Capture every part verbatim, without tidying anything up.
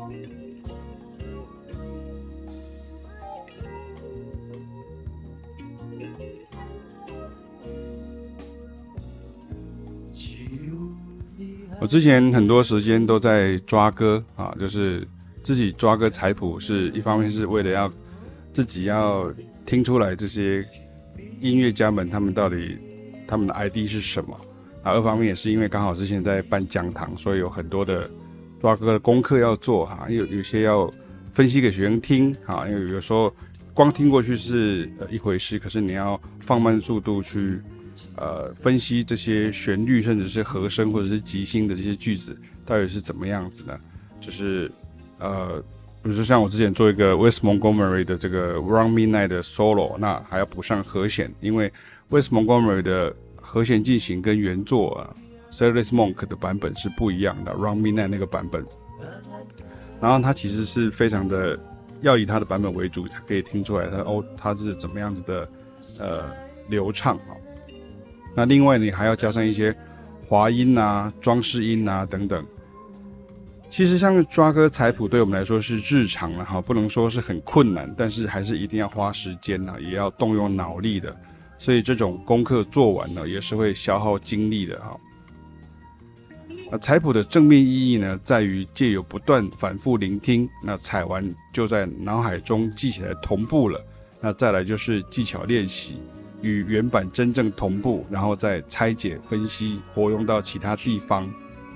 我之前很多时间都在抓歌啊，就是自己抓歌采谱，是一方面是为了要自己要听出来这些音乐家们他们到底他们的 I D 是什么，啊，二方面也是因为刚好之前在办讲堂，所以有很多的抓歌的功课要做哈，有有些要分析给学生听哈，因为有时候光听过去是呃一回事，可是你要放慢速度去。呃，分析这些旋律，甚至是和声或者是即兴的这些句子，到底是怎么样子呢？就是呃，比如说像我之前做一个 Wes Montgomery 的这个 Round Midnight 的 solo， 那还要补上和弦，因为 Wes Montgomery 的和弦进行跟原作啊 Silas Monk 的版本是不一样的 ，Round Midnight 那个版本，然后它其实是非常的要以它的版本为主，才可以听出来它哦，它是怎么样子的呃流畅啊。那另外你还要加上一些滑音啊、装饰音啊等等。其实像抓歌采谱对我们来说是日常了哈，不能说是很困难，但是还是一定要花时间啊，也要动用脑力的。所以这种功课做完呢，也是会消耗精力的哈。那采谱的正面意义呢，在于借由不断反复聆听，那采完就在脑海中记起来同步了。那再来就是技巧练习。与原版真正同步，然后再拆解、分析、活用到其他地方。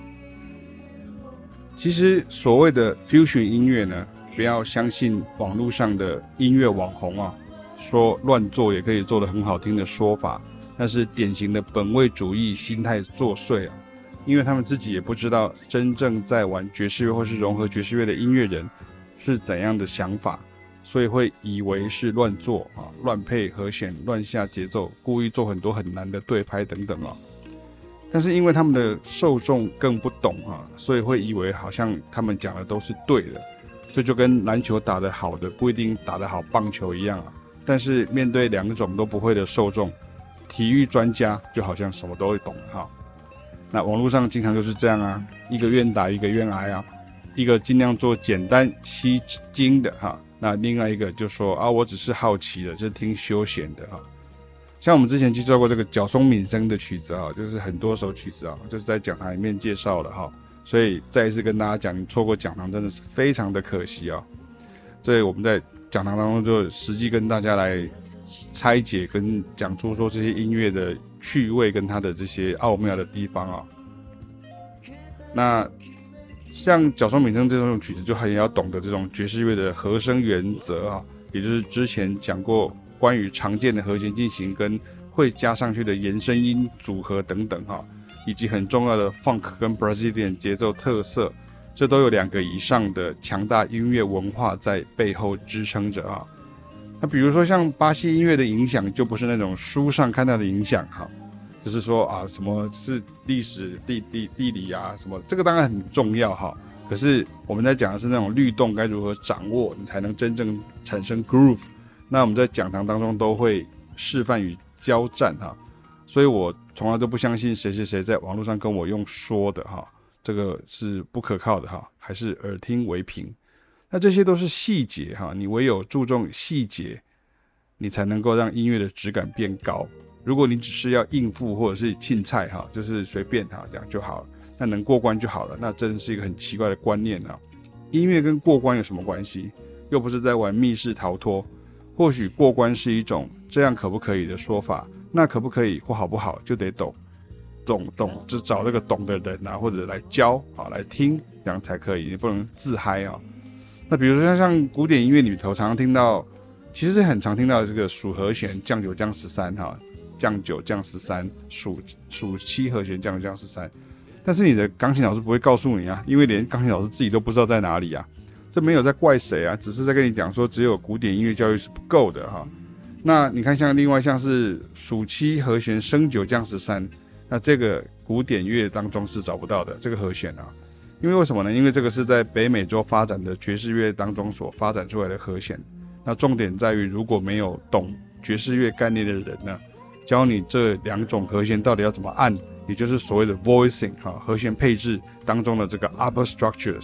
其实所谓的 fusion 音乐呢，不要相信网络上的音乐网红啊，说乱做也可以做得很好听的说法，那是典型的本位主义心态作祟啊。因为他们自己也不知道真正在玩爵士乐或是融合爵士乐的音乐人是怎样的想法。所以会以为是乱做啊，乱配和弦、乱下节奏，故意做很多很难的对拍等等啊。但是因为他们的受众更不懂啊，所以会以为好像他们讲的都是对的。这就跟篮球打得好的不一定打得好棒球一样啊。但是面对两种都不会的受众，体育专家就好像什么都会懂哈。那网络上经常就是这样啊，一个愿打一个愿挨啊，一个尽量做简单吸睛的哈。那另外一个就说啊，我只是好奇的，就是听休闲的哈。像我们之前介绍过这个角松敏生的曲子啊，就是很多首曲子啊，就是在讲堂里面介绍了哈。所以再一次跟大家讲，你错过讲堂真的是非常的可惜啊。所以我们在讲堂当中就实际跟大家来拆解跟讲出说这些音乐的趣味跟它的这些奥妙的地方啊。那像角松敏生这种曲子，就很要懂得这种爵士乐的和声原则啊，也就是之前讲过关于常见的和弦进行跟会加上去的延伸音组合等等哈，以及很重要的 funk 跟 Brazilian 节奏特色，这都有两个以上的强大音乐文化在背后支撑着啊。那比如说像巴西音乐的影响，就不是那种书上看到的影响哈。就是说啊，什么是历史、地地地理啊，什么这个当然很重要哈。可是我们在讲的是那种律动该如何掌握，你才能真正产生 groove。那我们在讲堂当中都会示范与交战哈，所以我从来都不相信谁谁谁在网络上跟我用说的哈，这个是不可靠的哈，还是耳听为凭。那这些都是细节哈，你唯有注重细节，你才能够让音乐的质感变高。如果你只是要应付或者是青菜哈，就是随便哈这样就好了，那能过关就好了，那真的是一个很奇怪的观念啊。音乐跟过关有什么关系？又不是在玩密室逃脱。或许过关是一种这样可不可以的说法，那可不可以或好不好就得懂懂懂，就找那个懂的人啊，或者来教啊，来听，这样才可以，你不能自嗨啊。那比如说像古典音乐里头常常听到，其实很常听到这个属和弦降九降十三哈。降九降十三，属属七和弦降九降十三，但是你的钢琴老师不会告诉你啊，因为连钢琴老师自己都不知道在哪里啊，这没有在怪谁啊，只是在跟你讲说只有古典音乐教育是不够的哈。那你看像另外像是属七和弦升九降十三，那这个古典乐当中是找不到的这个和弦啊，因为为什么呢？因为这个是在北美洲发展的爵士乐当中所发展出来的和弦，那重点在于如果没有懂爵士乐概念的人呢，教你这两种和弦到底要怎么按，也就是所谓的 voicing 哈，和弦配置当中的这个 upper structures，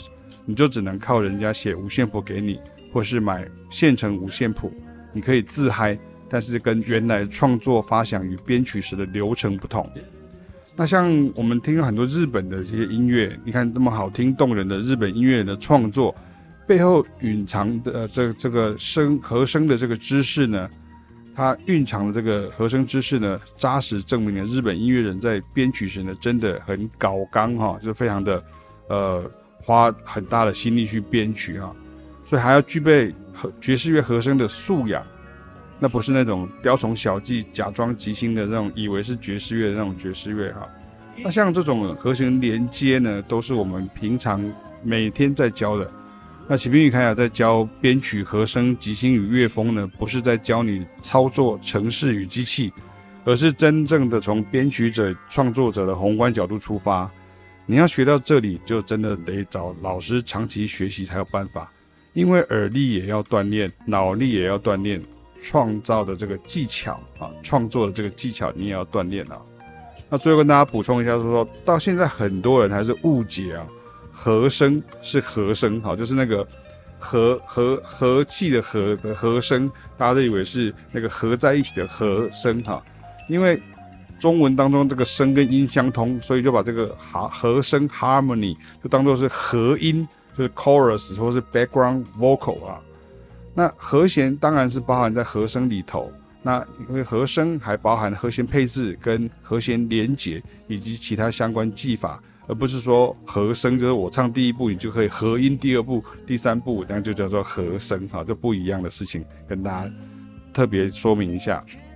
你就只能靠人家写五线谱给你，或是买现成五线谱，你可以自嗨，但是跟原来创作发想与编曲时的流程不同。那像我们听了很多日本的这些音乐，你看这么好听动人的日本音乐人的创作，背后蕴藏的这这个声和声的这个知识呢，它蕴藏的这个和声知识呢，扎实证明了日本音乐人在编曲时呢真的很搞刚哈，就非常的呃花很大的心力去编曲哈，所以还要具备爵士乐和声的素养。那不是那种雕虫小技、假装即兴的那种，以为是爵士乐的那种爵士乐哈。那像这种和弦连接呢，都是我们平常每天在教的。那启斌与凯雅在教编曲、和声、即兴与乐风呢，不是在教你操作程式与机器，而是真正的从编曲者、创作者的宏观角度出发。你要学到这里，就真的得找老师长期学习才有办法，因为耳力也要锻炼，脑力也要锻炼。创造的这个技巧啊，创作的这个技巧你也要锻炼啊。那最后跟大家补充一下，说到现在很多人还是误解啊，和声是和声，好，就是那个和和和气的和的和声，大家都以为是那个合在一起的和声哈，因为中文当中这个声跟音相通，所以就把这个和声 harmony 就当作是和音，就是 chorus 或是 background vocal 啊。那和弦当然是包含在和声里头，那因为和声还包含和弦配置跟和弦连结以及其他相关技法，而不是说和声就是我唱第一步你就可以和音第二步第三步，那就叫做和声哈，这不一样的事情，跟大家特别说明一下。